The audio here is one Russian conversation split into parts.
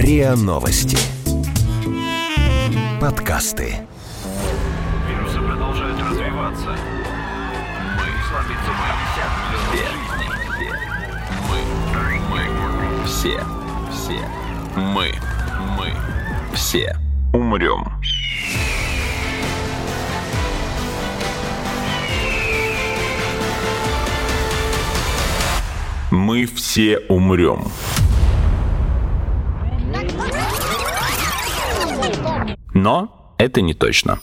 РИА Новости. Подкасты. Вирусы продолжают развиваться. Мы все умрем. Мы все умрем. Но это не точно.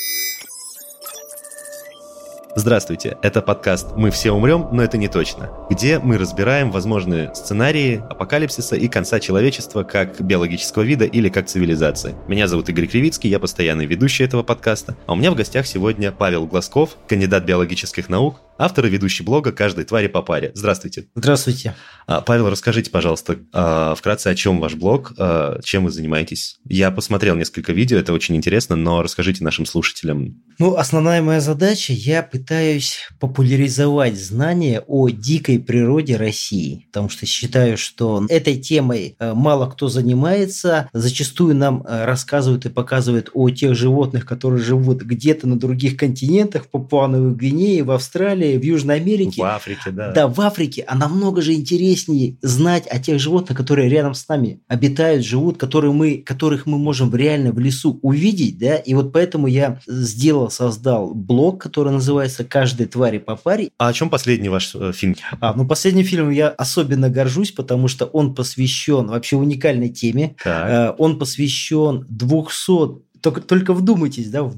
Здравствуйте, это подкаст «Мы все умрем, но это не точно», где мы разбираем возможные сценарии апокалипсиса и конца человечества как биологического вида или как цивилизации. Меня зовут Игорь Кривицкий, я постоянный ведущий этого подкаста, а у меня в гостях сегодня Павел Глазков, кандидат биологических наук, автор и ведущий блога «Каждой твари по паре». Здравствуйте. Здравствуйте. Павел, расскажите, пожалуйста, вкратце, о чем ваш блог, чем вы занимаетесь? Я посмотрел несколько видео, это очень интересно, но расскажите нашим слушателям. Основная моя задача, я пытаюсь популяризовать знания о дикой природе России, потому что считаю, что этой темой мало кто занимается. Зачастую нам рассказывают и показывают о тех животных, которые живут где-то на других континентах, в Папуа-Новой Гвинее, в Австралии, в Южной Америке. В Африке, да. Да, в Африке. А намного же интереснее знать о тех животных, которые рядом с нами обитают, живут, которых мы можем реально в лесу увидеть, да, и вот поэтому я создал блог, который называется «Каждой твари по паре». А о чем последний ваш фильм? Последним фильмом я особенно горжусь, потому что он посвящен вообще уникальной теме. Он посвящен 200... Только вдумайтесь, да, в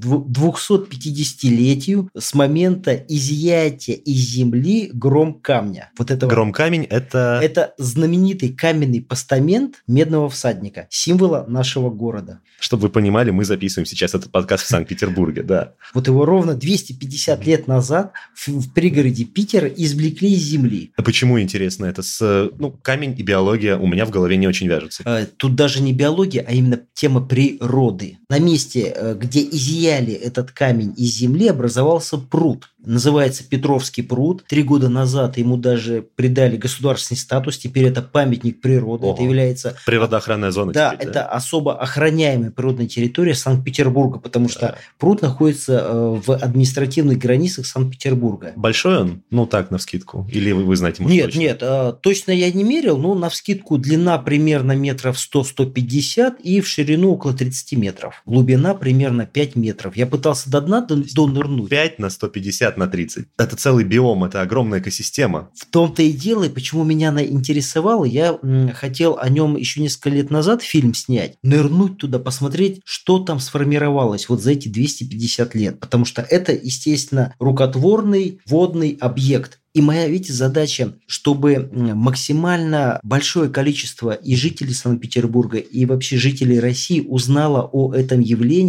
250-летию с момента изъятия из земли гром-камня. Гром-камень – это… Это знаменитый каменный постамент Медного всадника, символа нашего города. Чтобы вы понимали, мы записываем сейчас этот подкаст в Санкт-Петербурге, да. Вот его ровно 250 лет назад в пригороде Питера извлекли из земли. А почему, интересно, это камень и биология у меня в голове не очень вяжутся? Тут даже не биология, а именно тема природы. На месте, где изъяли этот камень из земли, образовался пруд. Называется Петровский пруд. 3 года назад ему даже придали государственный статус. Теперь это памятник природы. Ого. Это является… Природоохранная зона. Да, теперь, это особо охраняемая природная территория Санкт-Петербурга, потому что пруд находится в административных границах Санкт-Петербурга. Большой он? Так, навскидку. Или вы знаете, может, точно? Нет, точно я не мерил, но навскидку длина примерно метров 100-150 и в ширину около 30 метров. Глубина примерно 5 метров. Я пытался до дна донырнуть. 5 на 150 на 30. Это целый биом, это огромная экосистема. В том-то и дело, и почему меня она интересовала, я хотел о нем еще несколько лет назад фильм снять, нырнуть туда, посмотреть, что там сформировалось вот за эти 250 лет. Потому что это, естественно, рукотворный водный объект. И моя, задача, чтобы максимально большое количество и жителей Санкт-Петербурга, и вообще жителей России узнало о этом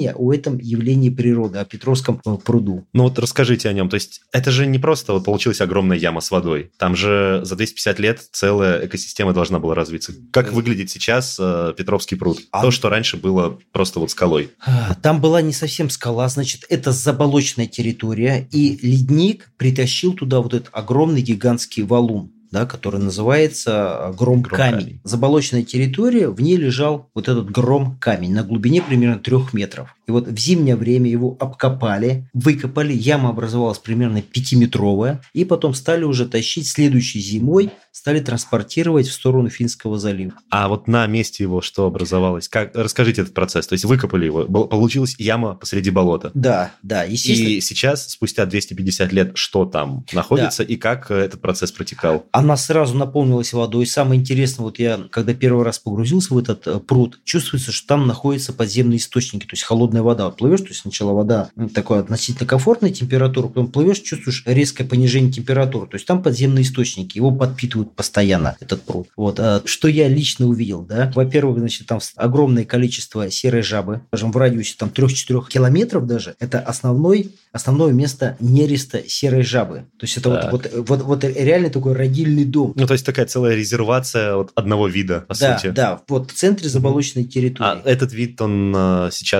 явлении природы, о Петровском пруду. Расскажите о нем. То есть это же не просто получилась огромная яма с водой. Там же за 250 лет целая экосистема должна была развиться. Как выглядит сейчас Петровский пруд? То, что раньше было просто скалой. Там была не совсем скала, значит, это заболоченная территория, и ледник притащил туда этот огромный гигантский валун, да, который называется гром-камень. Заболоченная территория, в ней лежал этот гром-камень на глубине примерно 3 метров. И в зимнее время его обкопали, выкопали, яма образовалась примерно 5-метровая, и потом стали уже тащить следующей зимой, стали транспортировать в сторону Финского залива. А на месте его что образовалось? Расскажите этот процесс. То есть выкопали его, получилась яма посреди болота. Да, естественно. И сейчас, спустя 250 лет, что там находится и как этот процесс протекал? Она сразу наполнилась водой. Самое интересное, я когда первый раз погрузился в этот пруд, чувствуется, что там находятся подземные источники, то есть холодная вода. Плывешь, то есть сначала вода такой относительно комфортной температуры, потом плывешь, чувствуешь резкое понижение температуры. То есть там подземные источники, его подпитывают постоянно, этот пруд. Что я лично увидел, да? Во-первых, там огромное количество серой жабы, скажем, в радиусе 3-4 километров даже. Это основное место нереста серой жабы. То есть это реально такой родильный дом. То есть такая целая резервация одного вида, по сути. Да, в центре заболоченной территории. А этот вид, он сейчас не на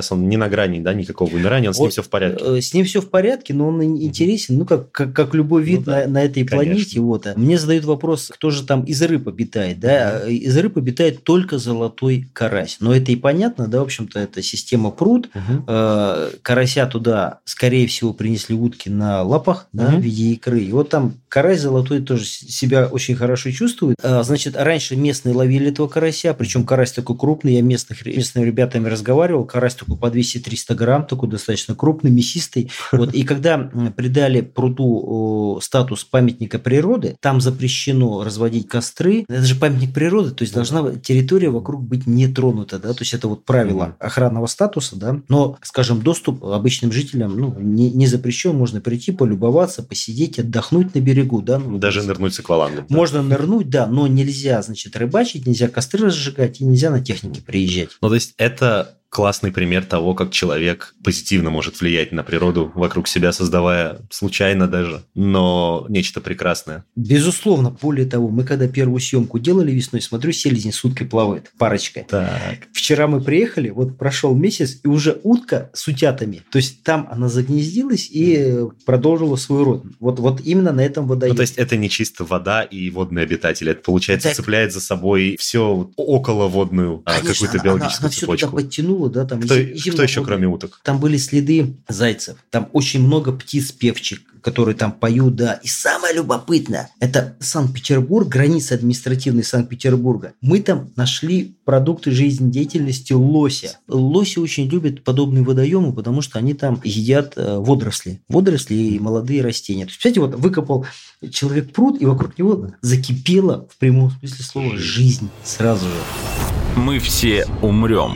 грани, да, никакого вымирания, с ним все в порядке. С ним все в порядке, но он интересен, как любой вид на этой планете. Вот. Мне задают вопрос, кто же там из рыб обитает, да? Из рыб обитает только золотой карась. Но это и понятно, да, в общем-то, это система пруд. Карася туда, скорее всего, принесли утки на лапах, да, в виде икры. И вот там карась золотой тоже себя очень хорошо чувствует. Значит, раньше местные ловили этого карася, причем карась такой крупный, я местными ребятами разговаривал, карась такой по 200-300 грамм, такой достаточно крупный, мясистый. Вот. И когда придали пруду статус памятника природы, там запрещено разводить костры. Это же памятник природы, то есть должна территория вокруг быть не тронута, да, то есть это вот правило охранного статуса, да. Но, скажем, доступ обычным жителям не запрещен, можно прийти, полюбоваться, посидеть, отдохнуть на берегу, да. Даже нырнуть с аквалангом. Можно нырнуть, да, но нельзя, значит, рыбачить, нельзя костры разжигать и нельзя на технике приезжать. Ну, то есть это классный пример того, как человек позитивно может влиять на природу вокруг себя, создавая случайно даже, но нечто прекрасное. Безусловно. Более того, мы когда первую съемку делали весной, смотрю, селезень с уткой плавает, парочкой. Так. Вчера мы приехали, вот прошел месяц, и уже утка с утятами. То есть там она загнездилась и продолжила свой род. Вот именно на этом водоеме. Ну, то есть это не чисто вода и водные обитатели. Это, получается, цепляет за собой все околоводную какую-то биологическую она цепочку. Все туда подтянула, да, там. Кто еще, кроме уток? Там были следы зайцев. Там очень много птиц-певчих, которые там поют, да. И самое любопытное, это Санкт-Петербург, граница административной Санкт-Петербурга. Мы там нашли продукты жизнедеятельности лося. Лоси очень любят подобные водоемы, потому что они там едят водоросли. Водоросли и молодые растения. То есть, кстати, вот выкопал человек пруд, и вокруг него закипела, в прямом смысле слова, жизнь сразу же. Мы все умрем.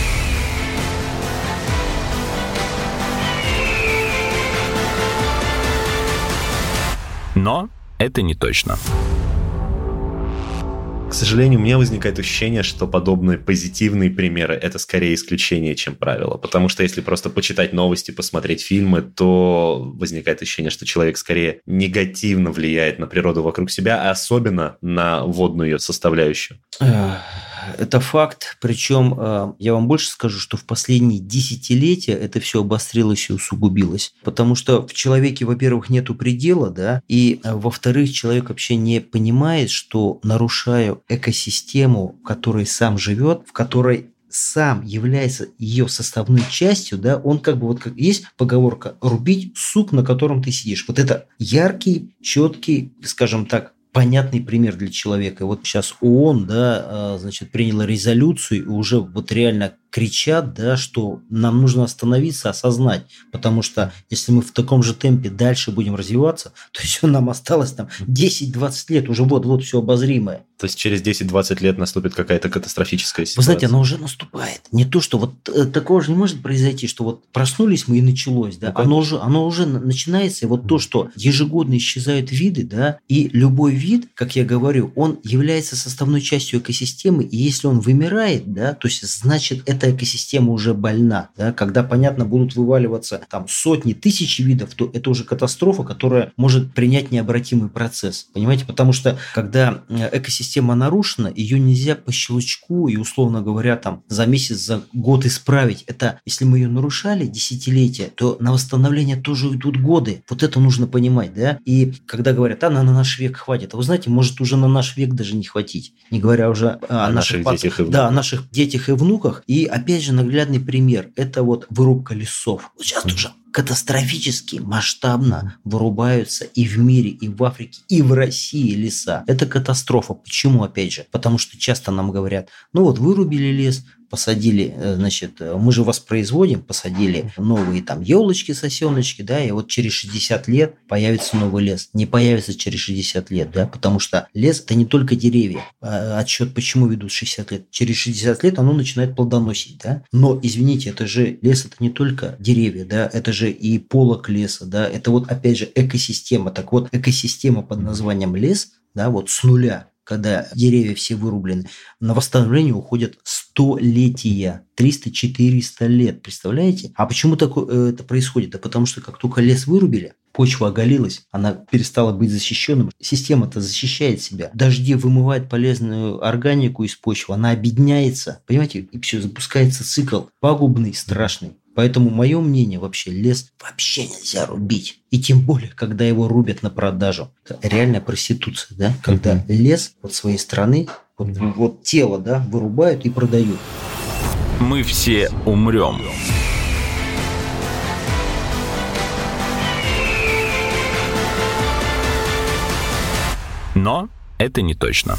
Но это не точно. К сожалению, у меня возникает ощущение, что подобные позитивные примеры – это скорее исключение, чем правило. Потому что если просто почитать новости, посмотреть фильмы, то возникает ощущение, что человек скорее негативно влияет на природу вокруг себя, а особенно на водную ее составляющую. Это факт. Причем я вам больше скажу, что в последние десятилетия это все обострилось и усугубилось. Потому что в человеке, во-первых, нету предела, да, и, во-вторых, человек вообще не понимает, что, нарушая экосистему, в которой сам живет, в которой сам является ее составной частью, да, он как бы, вот как есть поговорка, рубить сук, на котором ты сидишь. Вот это яркий, четкий, скажем так, понятный пример для человека. И вот сейчас ООН, да, значит, приняла резолюцию, и уже вот реально кричат, да, что нам нужно остановиться, осознать, потому что если мы в таком же темпе дальше будем развиваться, то еще нам осталось там 10-20 лет, уже вот все обозримое. То есть через 10-20 лет наступит какая-то катастрофическая ситуация. Вы знаете, она уже наступает. Не то, что вот такого же не может произойти, что вот проснулись мы и началось, да, оно уже начинается, и вот то, что ежегодно исчезают виды, да, и любой вид, как я говорю, он является составной частью экосистемы, и если он вымирает, да, то есть значит эта экосистема уже больна, да, когда, понятно, будут вываливаться там сотни, тысячи видов, то это уже катастрофа, которая может принять необратимый процесс, понимаете, потому что когда экосистема нарушена, ее нельзя по щелчку и, условно говоря, там за месяц, за год исправить. Это, если мы ее нарушали десятилетия, то на восстановление тоже уйдут годы. Вот это нужно понимать, да, и когда говорят, на наш век хватит, а вы знаете, может уже на наш век даже не хватить, не говоря уже о наших детях и внуках. Да, о наших детях и внуках. И опять же наглядный пример – это вот вырубка лесов. Вот сейчас тоже катастрофически, масштабно вырубаются и в мире, и в Африке, и в России леса. Это катастрофа. Почему, опять же? Потому что часто нам говорят, вырубили лес, посадили, значит, мы же воспроизводим, посадили новые там елочки, сосеночки, да, и вот через 60 лет появится новый лес. Не появится через 60 лет, да, потому что лес – это не только деревья. Отсчет почему ведут 60 лет? Через 60 лет оно начинает плодоносить, да. Но, извините, это же лес – это не только деревья, да, это же и полог леса, да, это вот опять же экосистема. Так вот, экосистема под названием лес, да, вот с нуля, когда деревья все вырублены, на восстановление уходят столетия, 300-400 лет, представляете? А почему это происходит? Да потому что как только лес вырубили, почва оголилась, она перестала быть защищенным. Система-то защищает себя. Дожди вымывают полезную органику из почвы, она обедняется, понимаете? И все, запускается цикл пагубный, страшный. Поэтому мое мнение вообще, лес вообще нельзя рубить. И тем более, когда его рубят на продажу. Это реальная проституция, да? Когда лес от своей стороны, вот тело, да, вырубают и продают. Мы все умрем. Но это не точно.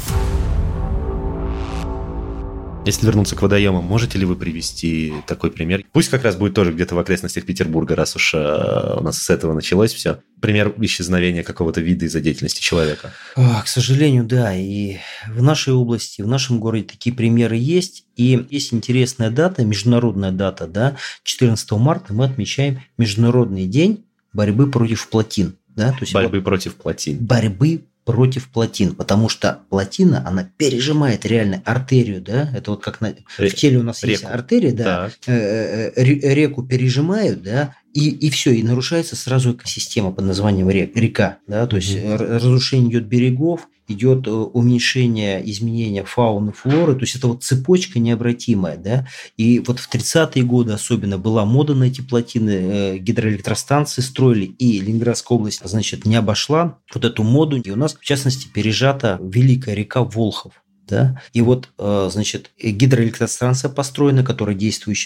Если вернуться к водоемам, можете ли вы привести такой пример? Пусть как раз будет тоже где-то в окрестностях Петербурга, раз уж у нас с этого началось все. Пример исчезновения какого-то вида из-за деятельности человека. К сожалению, да. И в нашей области, в нашем городе такие примеры есть. И есть интересная дата, международная дата, да, 14 марта мы отмечаем Международный день борьбы против плотин. Да? То есть борьбы против плотин. Борьбы против плотин, потому что плотина, она пережимает реально артерию, да, это вот как в теле у нас есть артерия, да, реку пережимают, да, и все, и нарушается сразу экосистема под названием река, да, то есть разрушение идет берегов, идет уменьшение, изменение фауны, флоры, то есть это вот цепочка необратимая, да, и вот в 30-е годы особенно была мода на эти плотины, гидроэлектростанции строили, и Ленинградская область, значит, не обошла вот эту моду, и у нас, в частности, пережата великая река Волхов. Да? И вот, значит, гидроэлектростанция построена, которая действует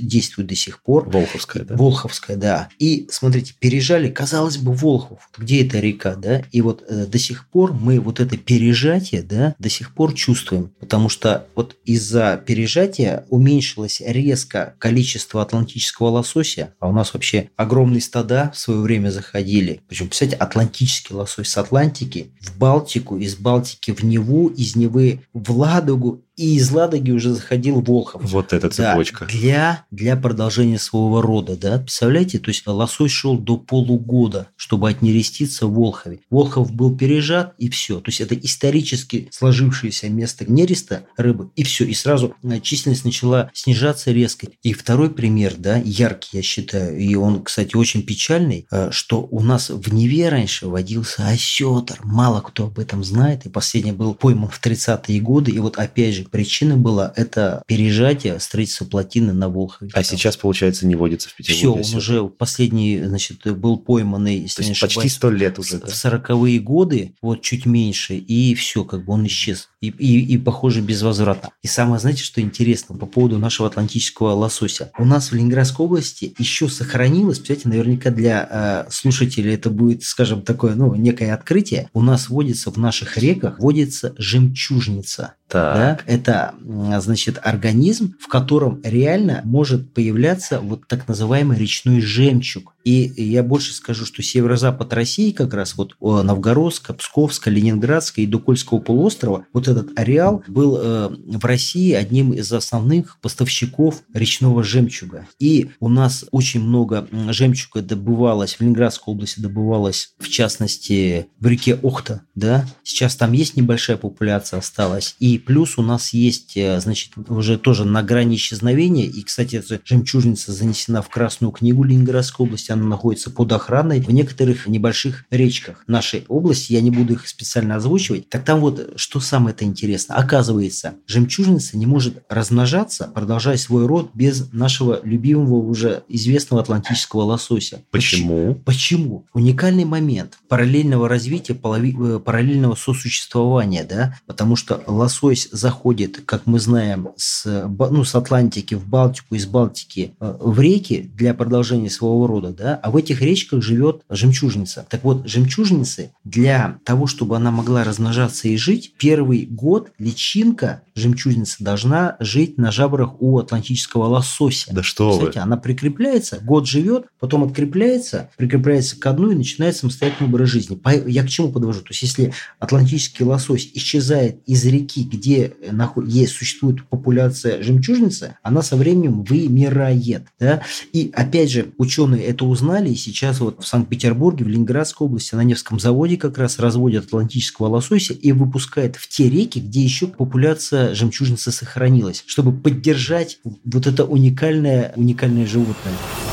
до сих пор. Волховская, да? Волховская, да. И, смотрите, пережали, казалось бы, Волхов. Где эта река, да? И вот до сих пор мы вот это пережатие, да, до сих пор чувствуем. Потому что вот из-за пережатия уменьшилось резко количество атлантического лосося, а у нас вообще огромные стада в свое время заходили. Причем, представляете, атлантический лосось с Атлантики в Балтику, из Балтики в Неву, из Невы в Ладогу, и из Ладоги уже заходил Волхов. Вот эта цепочка. Да, для продолжения своего рода, да. Представляете, то есть лосось шел до полугода, чтобы отнереститься в Волхове. Волхов был пережат, и все. То есть это исторически сложившееся место нереста рыбы, и все. И сразу численность начала снижаться резко. И второй пример, да, яркий, я считаю, и он, кстати, очень печальный, что у нас в Неве раньше водился осетр. Мало кто об этом знает, и последний был пойман в 30-е годы, и вот опять же причина была это пережатие строительства плотины на Волхове. А сейчас, получается, не водится в Петербурге? Все, он уже последний, значит, был пойманный, если не ошибаюсь, почти 100 лет уже. В 40-е годы, вот чуть меньше, и все, как бы он исчез. И похоже, безвозвратно. И самое, знаете, что интересно по поводу нашего атлантического лосося? У нас в Ленинградской области еще сохранилось, представляете, наверняка для слушателей это будет, скажем, такое, некое открытие. У нас водится в наших реках, водится жемчужница. Да? Это, значит, организм, в котором реально может появляться вот так называемый речной жемчуг. И я больше скажу, что северо-запад России как раз вот Новгородская, Псковская, Ленинградская и до Кольского полуострова, вот этот ареал был в России одним из основных поставщиков речного жемчуга. И у нас очень много жемчуга добывалось, в Ленинградской области добывалось, в частности, в реке Охта, да. Сейчас там есть небольшая популяция осталась. И плюс у нас есть, значит, уже тоже на грани исчезновения. И, кстати, эта жемчужница занесена в Красную книгу Ленинградской области. Она находится под охраной в некоторых небольших речках нашей области. Я не буду их специально озвучивать. Так там вот, что самое-то интересно. Оказывается, жемчужница не может размножаться, продолжая свой род без нашего любимого, уже известного атлантического лосося. Почему? Почему? Уникальный момент параллельного развития, параллельного сосуществования, да, потому что лосось заходит, как мы знаем, с Атлантики в Балтику, из Балтики в реки для продолжения своего рода, да, а в этих речках живет жемчужница. Так вот, жемчужницы для того, чтобы она могла размножаться и жить, первый год личинка жемчужницы должна жить на жабрах у атлантического лосося. Да что вы! Она прикрепляется, год живет, потом открепляется, прикрепляется к дну и начинает самостоятельный образ жизни. Я к чему подвожу? То есть, если атлантический лосось исчезает из реки, где существует популяция жемчужницы, она со временем вымирает. Да? И опять же, ученые это узнали, и сейчас вот в Санкт-Петербурге, в Ленинградской области, на Невском заводе как раз разводят атлантического лосося и выпускают в те реки, где еще популяция жемчужницы сохранилась, чтобы поддержать вот это уникальное животное.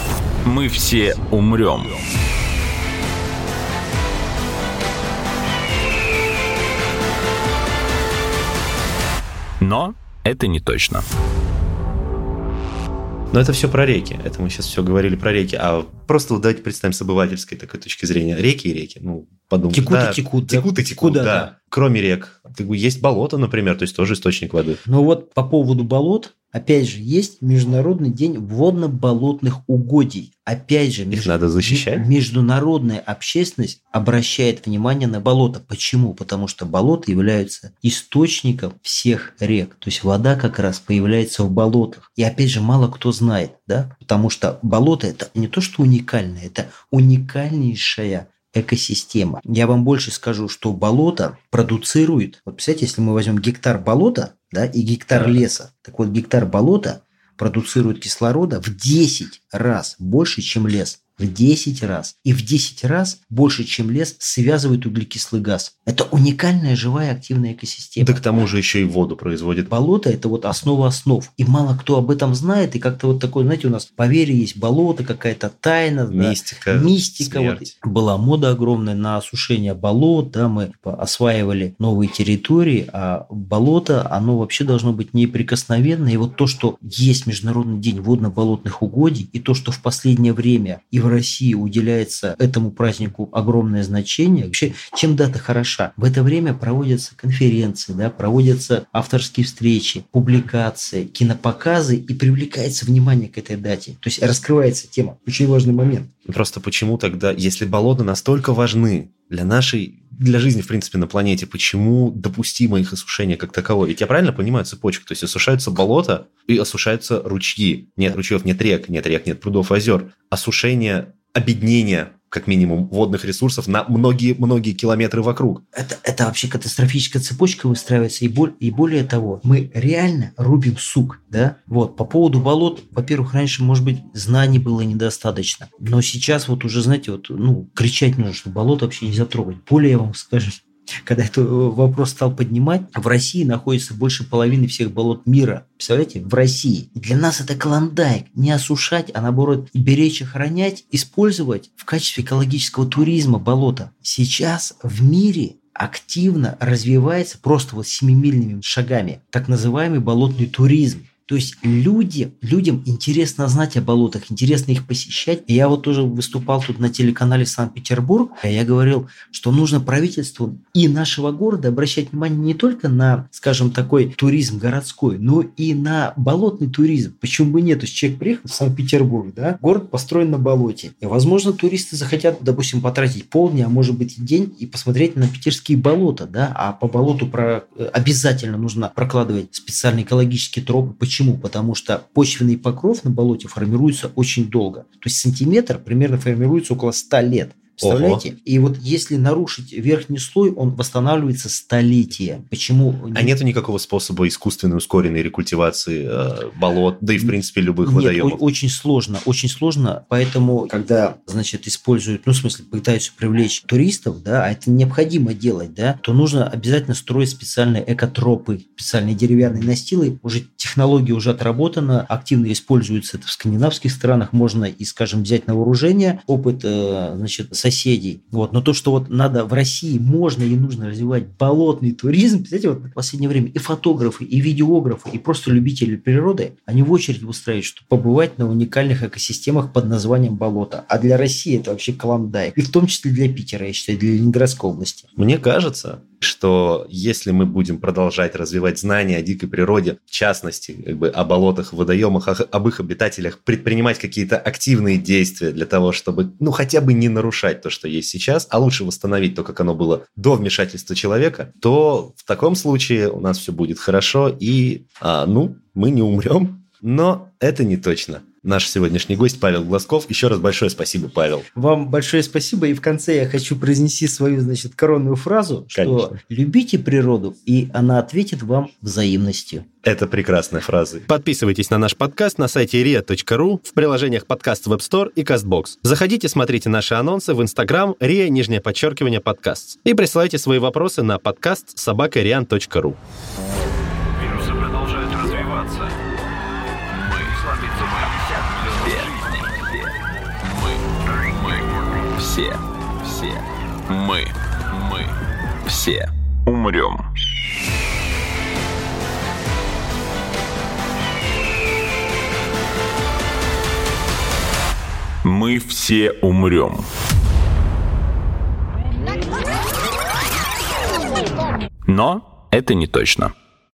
Мы все умрем. Но это не точно. Но это все про реки. Это мы сейчас все говорили про реки. А просто давайте представим с обывательской такой точки зрения. Реки и реки. Подумать. Текут и текут, да. Кроме рек. Есть болото, например, то есть тоже источник воды. По поводу болот, опять же, есть Международный день водно-болотных угодий. Опять же, их надо защищать. Международная общественность обращает внимание на болота. Почему? Потому что болота являются источником всех рек. То есть вода как раз появляется в болотах. И опять же, мало кто знает, да? Потому что болото – это не то, что уникальное, это уникальнейшая экосистема. Я вам больше скажу, что болото продуцирует, представьте, если мы возьмем гектар болота, да, и гектар леса, так вот гектар болота продуцирует кислорода в 10 раз больше, чем лес. В 10 раз. И в 10 раз больше, чем лес, связывает углекислый газ. Это уникальная живая активная экосистема. Да к тому же еще и воду производит. Болото – это основа основ. И мало кто об этом знает. И как-то такое, знаете, у нас поверье есть болото, какая-то тайна. Мистика. Смерть. Была мода огромная на осушение болот. Да, мы осваивали новые территории. А болото, оно вообще должно быть неприкосновенно. И то, что есть Международный день водно-болотных угодий, и то, что в последнее время и в России уделяется этому празднику огромное значение. Вообще, чем дата хороша? В это время проводятся конференции, да, проводятся авторские встречи, публикации, кинопоказы, и привлекается внимание к этой дате. То есть раскрывается тема. Очень важный момент. Просто почему тогда, если болота настолько важны для жизни, в принципе, на планете, почему допустимо их осушение как таковое? Ведь я правильно понимаю цепочку? То есть осушаются болота и осушаются ручьи. Нет ручьев, нет рек, нет прудов, озер. Осушение, обеднение, как минимум, водных ресурсов на многие километры вокруг. Это вообще катастрофическая цепочка выстраивается. И более того, мы реально рубим сук. Да? По поводу болот, во-первых, раньше, может быть, знаний было недостаточно. Но сейчас уже, знаете, кричать нужно, что болото вообще нельзя трогать. Более я вам скажу, когда этот вопрос стал поднимать, в России находится больше половины всех болот мира. Представляете? В России. И для нас это клондайк. Не осушать, а наоборот беречь, охранять, использовать в качестве экологического туризма болота. Сейчас в мире активно развивается просто семимильными шагами так называемый болотный туризм. То есть людям интересно знать о болотах, интересно их посещать. И я тоже выступал тут на телеканале Санкт-Петербург. Я говорил, что нужно правительству и нашего города обращать внимание не только на, скажем, такой туризм городской, но и на болотный туризм. Почему бы нет? То есть человек приехал в Санкт-Петербург, да? Город построен на болоте. И, возможно, туристы захотят, допустим, потратить полдня, а может быть и день, и посмотреть на питерские болота, да? А по болоту обязательно нужно прокладывать специальные экологические тропы. Почему? Потому что почвенный покров на болоте формируется очень долго. То есть сантиметр примерно формируется около 100 лет. Представляете? Ого. И если нарушить верхний слой, он восстанавливается столетия. Почему? А нету никакого способа искусственной ускоренной рекультивации болот, да и в принципе любых водоемов? Очень сложно. Поэтому, когда, используют, пытаются привлечь туристов, да, а это необходимо делать, да, то нужно обязательно строить специальные экотропы, специальные деревянные настилы. Уже технология уже отработана, активно используется это в скандинавских странах. Можно и, скажем, взять на вооружение опыт, соседей. Но то, что надо в России, можно и нужно развивать болотный туризм, знаете, в последнее время и фотографы, и видеографы, и просто любители природы, они в очередь выстраивают, чтобы побывать на уникальных экосистемах под названием болото. А для России это вообще клондайк. И в том числе для Питера, я считаю, для Ленинградской области. Мне кажется, что если мы будем продолжать развивать знания о дикой природе, в частности, о болотах, водоемах, об их обитателях, предпринимать какие-то активные действия для того, чтобы, хотя бы не нарушать то, что есть сейчас, а лучше восстановить то, как оно было до вмешательства человека, то в таком случае у нас все будет хорошо, и, мы не умрем. Но это не точно. Наш сегодняшний гость Павел Глазков. Еще раз большое спасибо, Павел. Вам большое спасибо. И в конце я хочу произнести свою, коронную фразу, что любите природу, и она ответит вам взаимностью. Это прекрасная фраза. Подписывайтесь на наш подкаст на сайте ria.ru, в приложениях подкаст Web Store и CastBox. Заходите, смотрите наши анонсы в Instagram ria_подкаст и присылайте свои вопросы на podcast@rian.ru. Вирусы продолжают развиваться. Мы все умрем. Мы все умрем. Но это не точно.